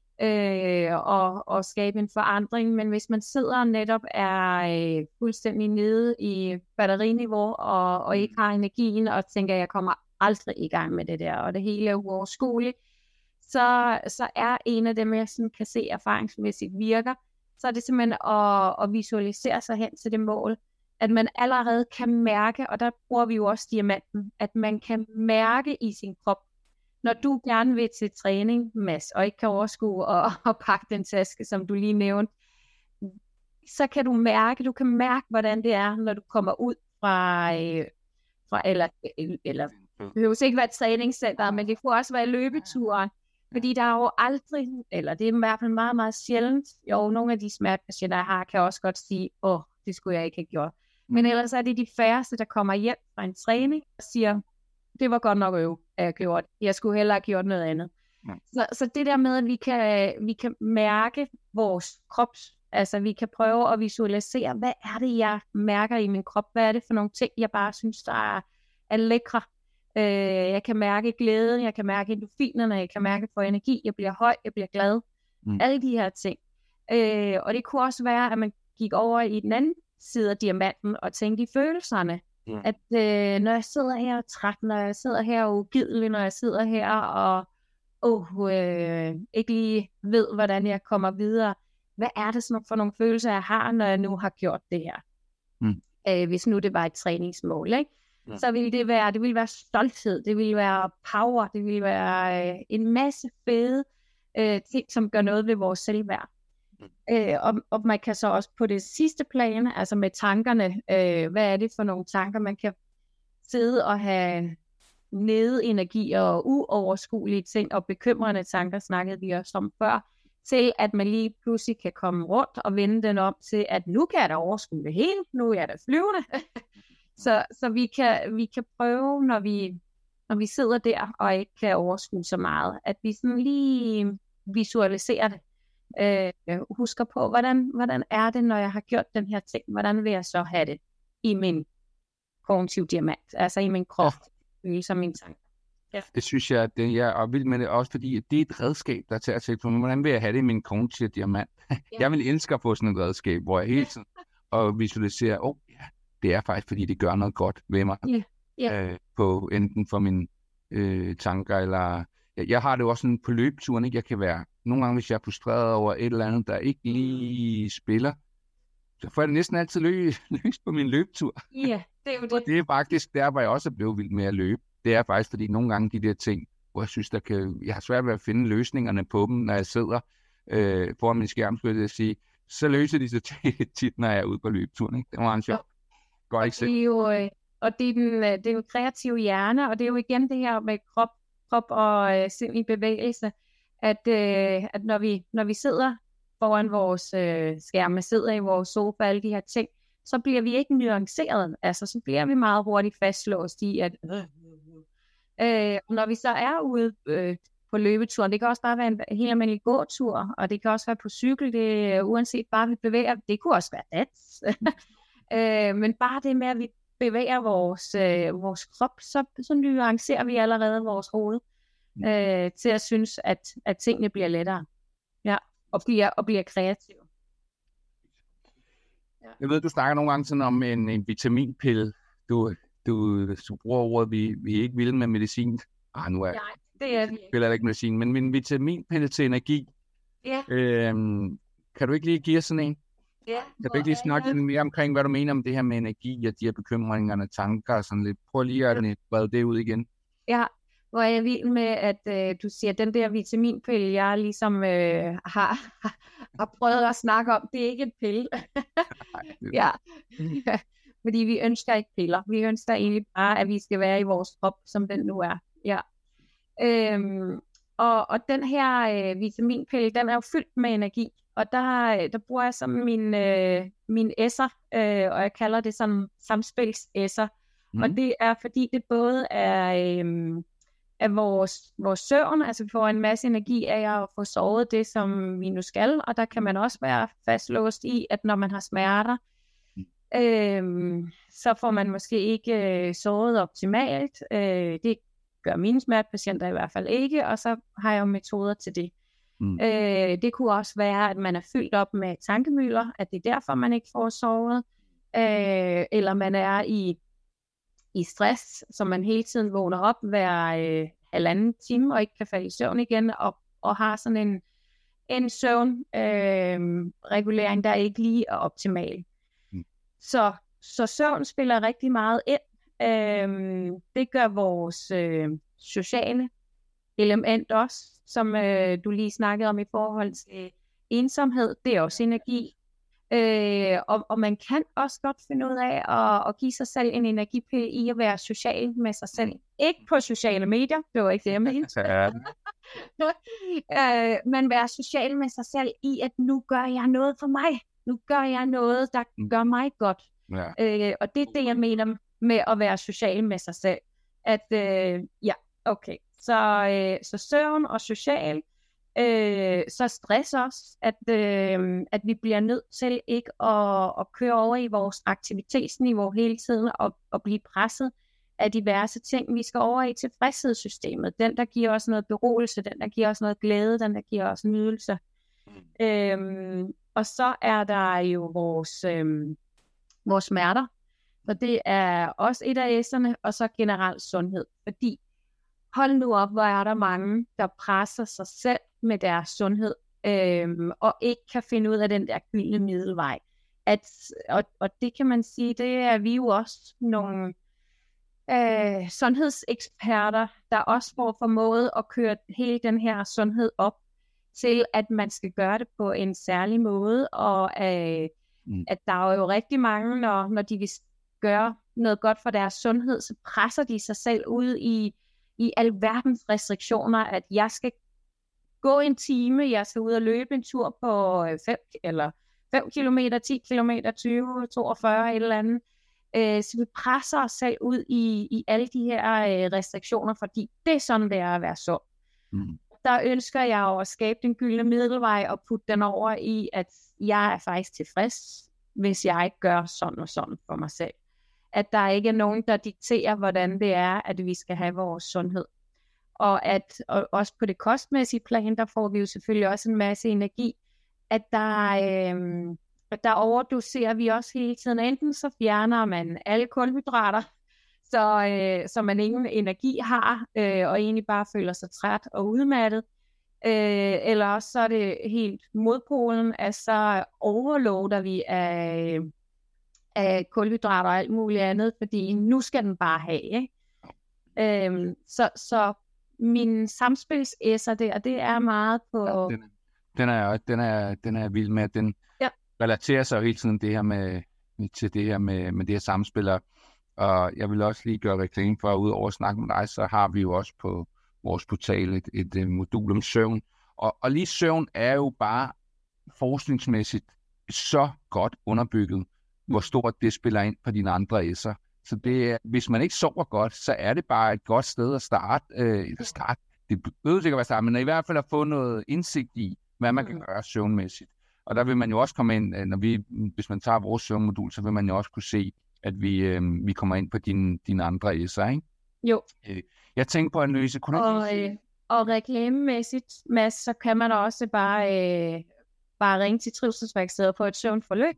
[SPEAKER 2] og skabe en forandring. Men hvis man sidder og netop er fuldstændig nede i batteriniveau og ikke har energien og tænker, jeg kommer aldrig i gang med det der, og det hele er uoverskueligt, så er en af dem, jeg sådan kan se erfaringsmæssigt virker, så er det simpelthen at visualisere sig hen til det mål, at man allerede kan mærke, og der bruger vi jo også diamanten, at man kan mærke i sin krop, når du gerne vil til træning, Mads, og ikke kan overskue og pakke den taske, som du lige nævnte, så kan du mærke, hvordan det er, når du kommer ud fra eller det behøver ikke være et træningscenter, men det kunne også være løbeturen, fordi der er jo aldrig, eller det er i hvert fald meget, meget sjældent, jo, nogle af de smertepatienter, jeg har, kan også godt sige, det skulle jeg ikke have gjort. Men ellers er det de færreste, der kommer hjem fra en træning og siger, det var godt nok at jeg gjort. Jeg skulle hellere have gjort noget andet. Så det der med, at vi kan mærke vores krop, altså vi kan prøve at visualisere, hvad er det, jeg mærker i min krop? Hvad er det for nogle ting, jeg bare synes, der er lækre? Jeg kan mærke glæden, jeg kan mærke endorfinerne, jeg kan mærke for energi, jeg bliver høj, jeg bliver glad. Alle de her ting. Og det kunne også være, at man gik over i den anden side af diamanten og tænkte i følelserne. At når jeg sidder her og træt, når jeg sidder her og ugidelig, når jeg sidder her og ikke lige ved, hvordan jeg kommer videre, hvad er det for nogle følelser, jeg har, når jeg nu har gjort det her? Hvis nu det var et træningsmål, ikke? Så ville det ville være stolthed, det ville være power, det ville være en masse fede ting, som gør noget ved vores selvværd. Og man kan så også på det sidste plan, altså med tankerne, hvad er det for nogle tanker, man kan sidde og have nede energi og uoverskuelige ting og bekymrende tanker, snakkede vi også om før, til at man lige pludselig kan komme rundt og vende den om til, at nu kan jeg da overskue det hele, nu er jeg da flyvende. så vi kan prøve, når vi sidder der og ikke kan overskue så meget, at vi sådan lige visualiserer det. Husker på, hvordan er det, når jeg har gjort den her ting, hvordan vil jeg så have det i min kognitiv diamant, altså i min krop, følelser, mine tanker. Ja.
[SPEAKER 1] Det synes jeg, at jeg er vild med det, også fordi det er et redskab, der tager til, hvordan vil jeg have det i min kognitiv diamant? Jeg vil elske at få sådan et redskab, hvor jeg hele tiden og visualiserer, det er faktisk, fordi det gør noget godt ved mig, på enten for mine tanker, eller jeg har det jo også sådan på løbeturen, ikke? Jeg kan være, nogle gange hvis jeg er frustreret over et eller andet, der ikke lige spiller, så får jeg det næsten altid løst på min løbetur.
[SPEAKER 2] Ja, det er jo det.
[SPEAKER 1] Og det er faktisk der, hvor jeg også er blevet vild med at løbe. Det er faktisk, fordi nogle gange de der ting, hvor jeg synes, jeg har svært ved at finde løsningerne på dem, når jeg sidder foran min skærm, skulle jeg sige, så løser de sig tit, når jeg er ude på løbeturen. Ikke? Det var en sjov. Godt eksempel.
[SPEAKER 2] Og det er den kreative hjerne, og det er jo igen det her med krop og sind i bevægelse, at når vi sidder foran vores skærme, sidder i vores sofa, alle de her ting, så bliver vi ikke nuanceret. Altså, så bliver vi meget hurtigt fastlåst i, at når vi så er ude på løbeturen, det kan også bare være en helt almindelig gåtur, og det kan også være på cykel, det uanset bare vi bevæger, det kunne også være dans. Men bare det med, at vi bevæger vores krop, så nuancerer vi allerede vores hoved til at synes, at tingene bliver lettere. Ja, og bliver kreative. Ja.
[SPEAKER 1] Jeg ved, du snakker nogle gange sådan om en vitaminpille. Du bruger ordet, vi er ikke vilde med medicin. Nu er
[SPEAKER 2] det er vi
[SPEAKER 1] ikke medicin, men en vitaminpille til energi.
[SPEAKER 2] Ja.
[SPEAKER 1] Kan du ikke lige give os sådan en?
[SPEAKER 2] Ja.
[SPEAKER 1] Kan du ikke lige snakke lidt mere omkring, hvad du mener om det her med energi og de her bekymringerne, tanker og sådan lidt? Prøv lige at brede det ud igen.
[SPEAKER 2] Ja, hvor jeg er vild med, at du siger, at den der vitaminpille, jeg ligesom har prøvet at snakke om, det er ikke en pille. Ja. Fordi vi ønsker ikke piller. Vi ønsker egentlig bare, at vi skal være i vores krop, som den nu er. Ja. Og den her vitaminpille, den er jo fyldt med energi. Og der bruger jeg sådan min S'er, og jeg kalder det sådan samspils-S'er. Og det er, fordi det både er vores søvn, altså vi får en masse energi af at få sovet det, som vi nu skal, og der kan man også være fastlåst i, at når man har smerter, så får man måske ikke sovet optimalt. Det gør mine smertepatienter i hvert fald ikke, og så har jeg jo metoder til det. Det kunne også være, at man er fyldt op med tankemylder, at det er derfor, man ikke får sovet, eller man er i stress, så man hele tiden vågner op hver halvanden time, og ikke kan falde i søvn igen, og har sådan en søvnregulering, der ikke lige er optimal. Så søvn spiller rigtig meget ind. Det gør vores sociale element også, som du lige snakkede om i forhold til ensomhed. Det er også energi. Og man kan også godt finde ud af at give sig selv en energipille i at være social med sig selv. Ikke på sociale medier, det var ikke det, jeg mente. Men være social med sig selv i, at nu gør jeg noget for mig. Nu gør jeg noget, der gør mig godt. Ja. Og det er det, jeg mener med at være social med sig selv. At okay. Så søvn og social, så stress også, at vi bliver nødt til ikke at køre over i vores aktivitetsniveau hele tiden og blive presset af diverse ting. Vi skal over i tilfredshedssystemet. Den, der giver os noget beroligelse, den, der giver os noget glæde, den, der giver os nydelse. Og så er der jo vores smerter, og det er også et af S'erne, og så generelt sundhed. Fordi hold nu op, hvor er der mange, der presser sig selv med deres sundhed og ikke kan finde ud af den der gyldne middelvej. Og det kan man sige, det er vi jo også nogle sundhedseksperter, der også får formået at køre hele den her sundhed op til, at man skal gøre det på en særlig måde, og at der er jo rigtig mange, når de vil gøre noget godt for deres sundhed, så presser de sig selv ud i alverdens restriktioner, at jeg skal gå en time, jeg skal ud og løbe en tur på 5 kilometer, 10 kilometer, 20, 42, et eller andet. Så vi presser os selv ud i alle de her restriktioner, fordi det er sådan, det er at være sund. Der ønsker jeg jo at skabe den gyldne middelvej og putte den over i, at jeg er faktisk tilfreds, hvis jeg ikke gør sådan og sådan for mig selv. At der ikke er nogen, der dikterer, hvordan det er, at vi skal have vores sundhed. Og også på det kostmæssige plan, der får vi jo selvfølgelig også en masse energi, at der overdoserer vi også hele tiden. Enten så fjerner man alle kulhydrater, så man ingen energi har, og egentlig bare føler sig træt og udmattet. Eller også så er det helt modpolen, at så overloader vi af kulhydrater og alt muligt andet, fordi nu skal den bare have, ikke? Så min samspilsesser der, det er meget på...
[SPEAKER 1] Ja, den er vild med, at den relaterer sig jo hele tiden til det her med det her samspil. Og jeg vil også lige gøre reklame for, at udover at snakke med dig, så har vi jo også på vores portal et modul om søvn. Og lige søvn er jo bare forskningsmæssigt så godt underbygget, hvor stort det spiller ind på dine andre S'er. Så hvis man ikke sover godt, så er det bare et godt sted at starte. Det behøver sikkert være starte, men i hvert fald at få noget indsigt i, hvad man kan gøre søvnmæssigt. Og der vil man jo også komme ind, hvis man tager vores søvnmodul, så vil man jo også kunne se, at vi kommer ind på dine andre S'er, ikke?
[SPEAKER 2] Jo.
[SPEAKER 1] Jeg tænker på, Annelise,
[SPEAKER 2] og reklamemæssigt, Mads, så kan man også bare ringe til trivselsværkstedet på et søvnforløb.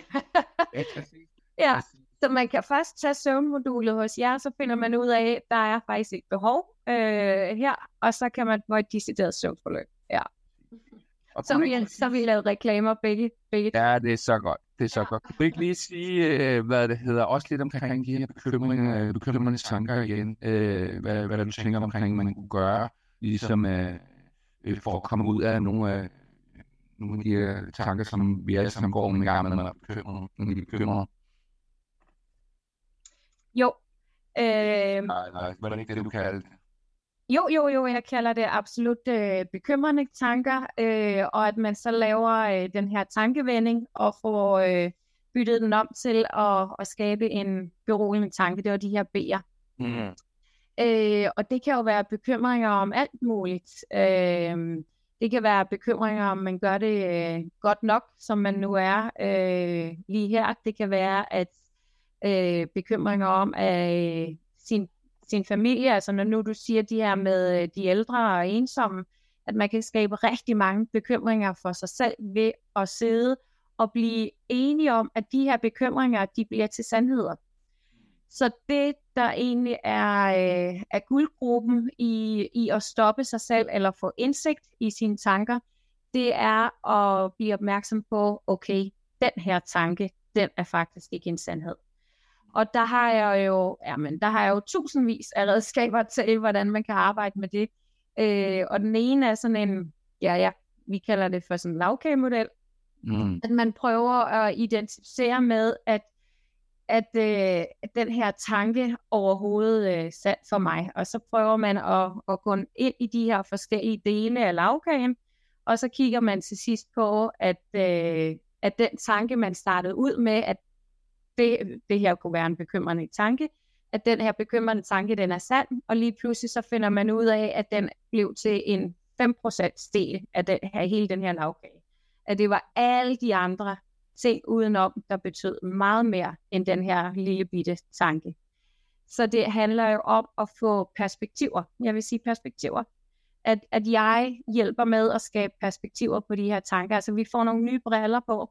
[SPEAKER 2] Ja, så man kan først tage søvnmodulet hos jer, så finder man ud af, at der er faktisk et behov her, og så kan man få et decideret søvnforløb. Ja. Så vi laver reklamer begge.
[SPEAKER 1] Ja, det er så godt. Det er så godt. Kan du ikke lige sige, hvad det hedder, også lidt omkring de her bekymrende tanker igen, hvad du tænker omkring, man kunne gøre, ligesom for at komme ud af nogle af de tanker, som vi alle sammen går med i gang med, når vi bekymrer.
[SPEAKER 2] Jo.
[SPEAKER 1] Nej, hvad er det ikke det, du kalder det?
[SPEAKER 2] Jo, jeg kalder det absolut bekymrende tanker, og at man så laver den her tankevending og får byttet den om til at skabe en beroligende tanke. Det var de her B'er. Og det kan jo være bekymringer om alt muligt. Det kan være bekymringer om, man gør det godt nok, som man nu er lige her. Det kan være at bekymringer om sin familie, altså når nu du siger de her med de ældre og ensomme, at man kan skabe rigtig mange bekymringer for sig selv ved at sidde og blive enige om, at de her bekymringer, de bliver til sandheder. Så det, der egentlig er guldgruppen i at stoppe sig selv eller få indsigt i sine tanker, det er at blive opmærksom på, okay, den her tanke, den er faktisk ikke en sandhed. Og der har jeg jo tusindvis af redskaber til, hvordan man kan arbejde med det. Og den ene er sådan en, vi kalder det for sådan en lavkagemodel, at man prøver at identificere med, at den her tanke overhovedet er sand for mig. Og så prøver man at gå ind i de her forskellige dele af lavkagen, og så kigger man til sidst på, at den tanke, man startede ud med, at det her kunne være en bekymrende tanke, at den her bekymrende tanke, den er sand, og lige pludselig så finder man ud af, at den blev til en 5% del af hele den her lavkage. At det var alle de andre ting udenom, der betød meget mere end den her lille bitte tanke. Så det handler jo om at få perspektiver. Jeg vil sige perspektiver. At jeg hjælper med at skabe perspektiver på de her tanker. Altså vi får nogle nye briller på.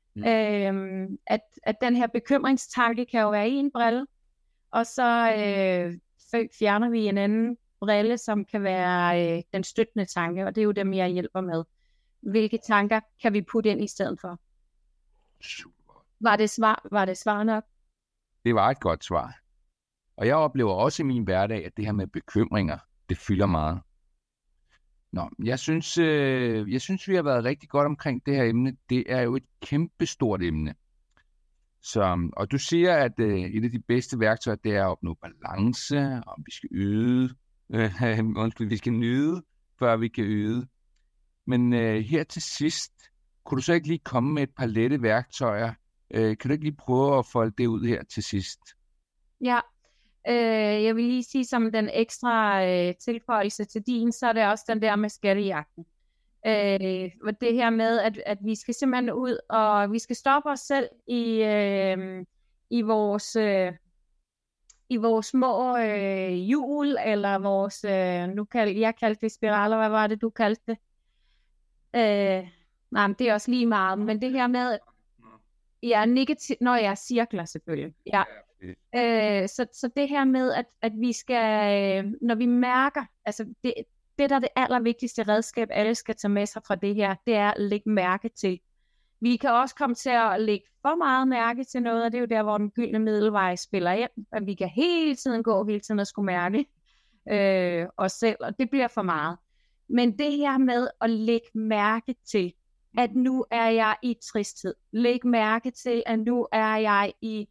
[SPEAKER 2] At den her bekymringstanke kan jo være en brille, og så fjerner vi en anden brille, som kan være den støttende tanke, og det er jo dem, jeg hjælper med. hvilke tanker kan vi putte ind i stedet for?
[SPEAKER 1] Super.
[SPEAKER 2] Var det svar nok?
[SPEAKER 1] Det var et godt svar. Og jeg oplever også i min hverdag, at det her med bekymringer, det fylder meget. Nå, jeg synes, vi har været rigtig godt omkring det her emne. Det er jo et kæmpestort emne. Og du siger, at et af de bedste værktøjer, det er at opnå balance, og vi skal vi skal nyde, før vi kan yde. Men her til sidst, kunne du så ikke lige komme med et par lette værktøjer? Kan du ikke lige prøve at folde det ud her til sidst?
[SPEAKER 2] Ja, jeg vil lige sige som den ekstra tilføjelse til din, så er det også den der med skattejagten. Det her med, at vi skal simpelthen ud, og vi skal stoppe os selv i vores små hjul, eller vores, jeg kaldte det spiraler, hvad var det, du kaldte det? Nej, men det er også lige meget, men det her med, cirkler selvfølgelig, ja. Så det her med, at vi skal, når vi mærker, altså det der er det allervigtigste redskab, alle skal tage med sig fra det her, det er at lægge mærke til. Vi kan også komme til at lægge for meget mærke til noget, og det er jo der, hvor den gyldne middelvej spiller ind, at vi kan hele tiden og skulle mærke os selv, og det bliver for meget. Men det her med at lægge mærke til, at nu er jeg i tristhed. Læg mærke til, at nu er jeg i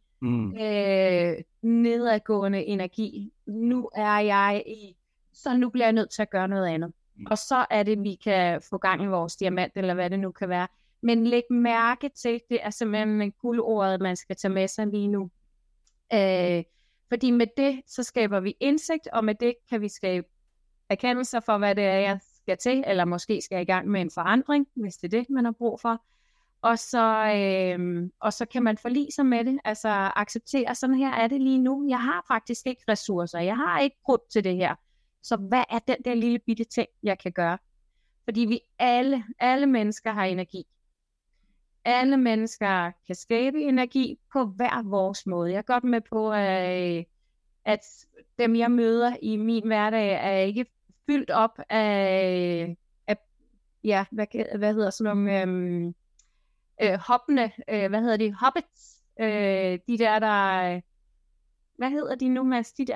[SPEAKER 2] nedadgående energi. Nu er jeg i, så nu bliver jeg nødt til at gøre noget andet. Og så er det, vi kan få gang i vores diamant, eller hvad det nu kan være. Men læg mærke til, det er simpelthen guldordet, man skal tage med sig lige nu. Fordi med det, så skaber vi indsigt, og med det kan vi skabe erkendelser for, hvad det er, jeg skal til, eller måske skal jeg i gang med en forandring, hvis det er det, man har brug for. Og så kan man forlige sig med det, altså acceptere, sådan her er det lige nu. Jeg har faktisk ikke ressourcer, jeg har ikke krudt til det her. Så hvad er den der lille bitte ting, jeg kan gøre? Fordi vi alle mennesker har energi. Alle mennesker kan skabe energi på hver vores måde. Jeg er godt med på, at dem jeg møder i min hverdag er ikke fyldt op af hvad hedder sådan nogle hoppende, hobbits, de der, hvad hedder de nu, Mads? De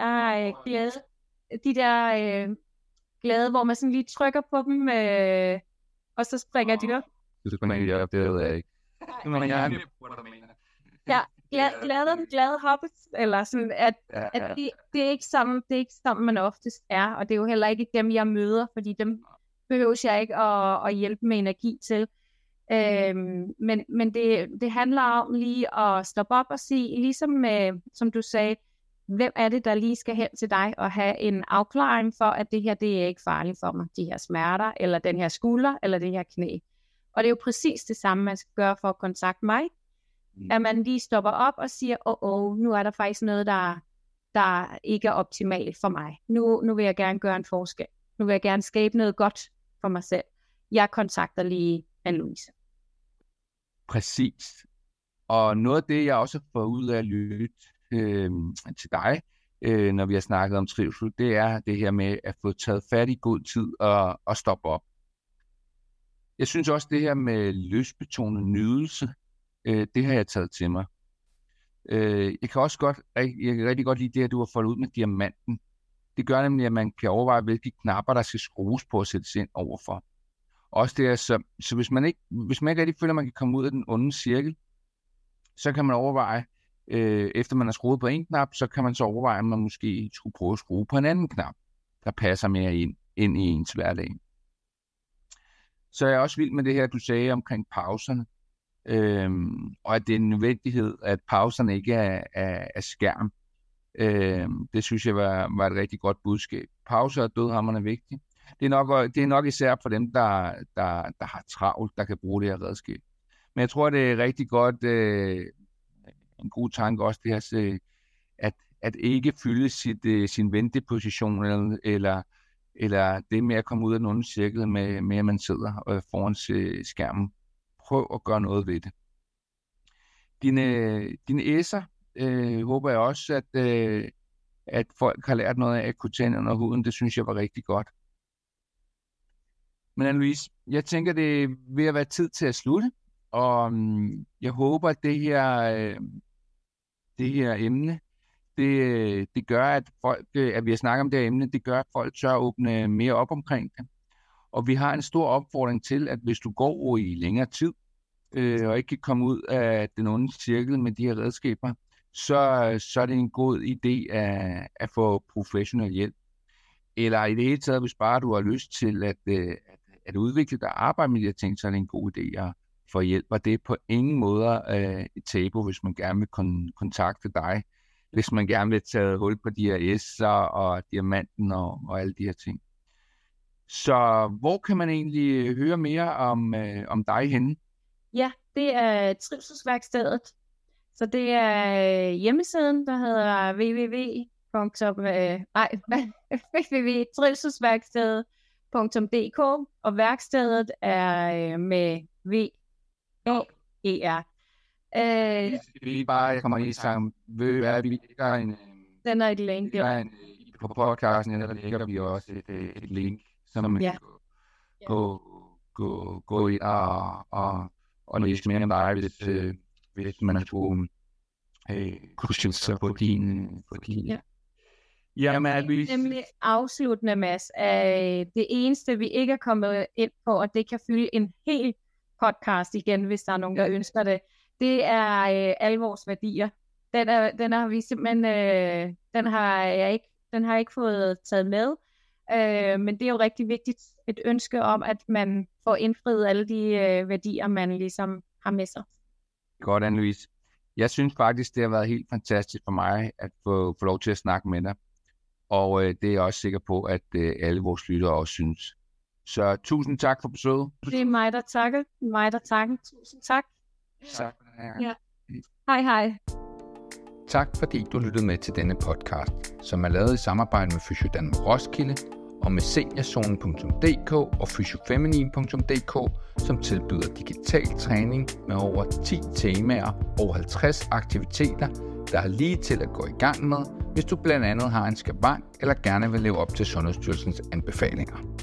[SPEAKER 2] der glade, hvor man sådan lige trykker på dem, og så springer de op.
[SPEAKER 1] Det ved jeg ikke.
[SPEAKER 2] Ja, glade hobbits, eller sådan, at det er ikke sådan, man oftest er, og det er jo heller ikke dem, jeg møder, fordi dem behøver jeg ikke at hjælpe med energi til. Men det handler om lige at stoppe op og sige, ligesom som du sagde, hvem er det, der lige skal hen til dig og have en afklaring for, at det her, det er ikke farligt for mig, de her smerter, eller den her skulder, eller det her knæ. Og det er jo præcis det samme, man skal gøre for at kontakte mig. At man lige stopper op og siger, nu er der faktisk noget, der ikke er optimalt for mig. Nu vil jeg gerne gøre en forskel. Nu vil jeg gerne skabe noget godt for mig selv. Jeg kontakter lige Anne-Louise.
[SPEAKER 1] Præcis. Og noget af det, jeg også har fået ud af at lytte til dig, når vi har snakket om trivsel, det er det her med at få taget fat i god tid og stoppe op. Jeg synes også, det her med lystbetonet nydelse, det har jeg taget til mig. Jeg kan rigtig godt lide det, at du har foldet ud med diamanten. Det gør nemlig, at man kan overveje, hvilke knapper, der skal skrues på at sættes ind overfor. Også det er så hvis man ikke rigtig føler, at man kan komme ud af den onde cirkel, så kan man overveje, efter man har skruet på en knap, så kan man så overveje, at man måske skulle prøve at skrue på en anden knap, der passer mere ind i ens hverdag. Så er jeg også vild med det her, du sagde omkring pauserne, og at det er en nødvendighed, at pauserne ikke er skærm. Det synes jeg var et rigtig godt budskab. Pauser er dødhamrende vigtigt. Det er nok især for dem, der har travlt, der kan bruge det her redskab. Men jeg tror, det er rigtig godt, en god tanke også, det her, at ikke fylde sin venteposition, eller det med at komme ud af den onde cirkel med at man sidder foran skærmen. Prøv at gøre noget ved det. Dine S'er, håber jeg også, at folk har lært noget af at kunne tage ind under huden. Det synes jeg var rigtig godt. Men Anne-Louise, jeg tænker, det er ved at være tid til at slutte, og jeg håber, at det her emne, det gør, at folk, at vi har snakket om det her emne, det gør, at folk tør at åbne mere op omkring det. Og vi har en stor opfordring til, at hvis du går i længere tid, og ikke kan komme ud af den onde cirkel med de her redskaber, så er det en god idé at få professionel hjælp. Eller i det hele taget, hvis bare du har lyst til at udvikle dig og arbejde med de her ting, så er det en god idé at få hjælp. Og det er på ingen måde et tabu, hvis man gerne vil kontakte dig. Hvis man gerne vil tage hul på de her S'er og diamanten og alle de her ting. Så hvor kan man egentlig høre mere om dig henne?
[SPEAKER 2] Ja, det er Trivselsværkstedet. Så det er hjemmesiden, der hedder www.trivselsværkstedet.dk, og værkstedet er med V-A-E-R.
[SPEAKER 1] Jeg kommer lige sammen. Vi lægger en...
[SPEAKER 2] Den er et link.
[SPEAKER 1] På podcasten, der lægger vi også et link, som man kan gå ind og læse mere om dig, hvis man har troet kurser på din. Ja.
[SPEAKER 2] Jamen, det er nemlig afsluttende, Mads. Det eneste, vi ikke er kommet ind på, og det kan fylde en hel podcast igen, hvis der er nogen, der ønsker det, det er alle vores værdier. Den har vi simpelthen, den har jeg ikke fået taget med, men det er jo rigtig vigtigt, et ønske om, at man får indfriet alle de værdier, man ligesom har med sig.
[SPEAKER 1] Godt, Anne-Louise. Jeg synes faktisk, det har været helt fantastisk for mig at få lov til at snakke med dig. Og det er jeg også sikker på, at alle vores lyttere også synes. Så tusind tak for besøget.
[SPEAKER 2] Det er mig, der takker. Tusind tak.
[SPEAKER 1] Tak for det her.
[SPEAKER 2] Ja. Hej.
[SPEAKER 3] Tak fordi du lyttede med til denne podcast, som er lavet i samarbejde med Fysiodanmark Roskilde og med seniorzonen.dk og fysiofeminin.dk, som tilbyder digital træning med over 10 temaer og 50 aktiviteter, der er lige til at gå i gang med, hvis du blandt andet har en skavank eller gerne vil leve op til Sundhedsstyrelsens anbefalinger.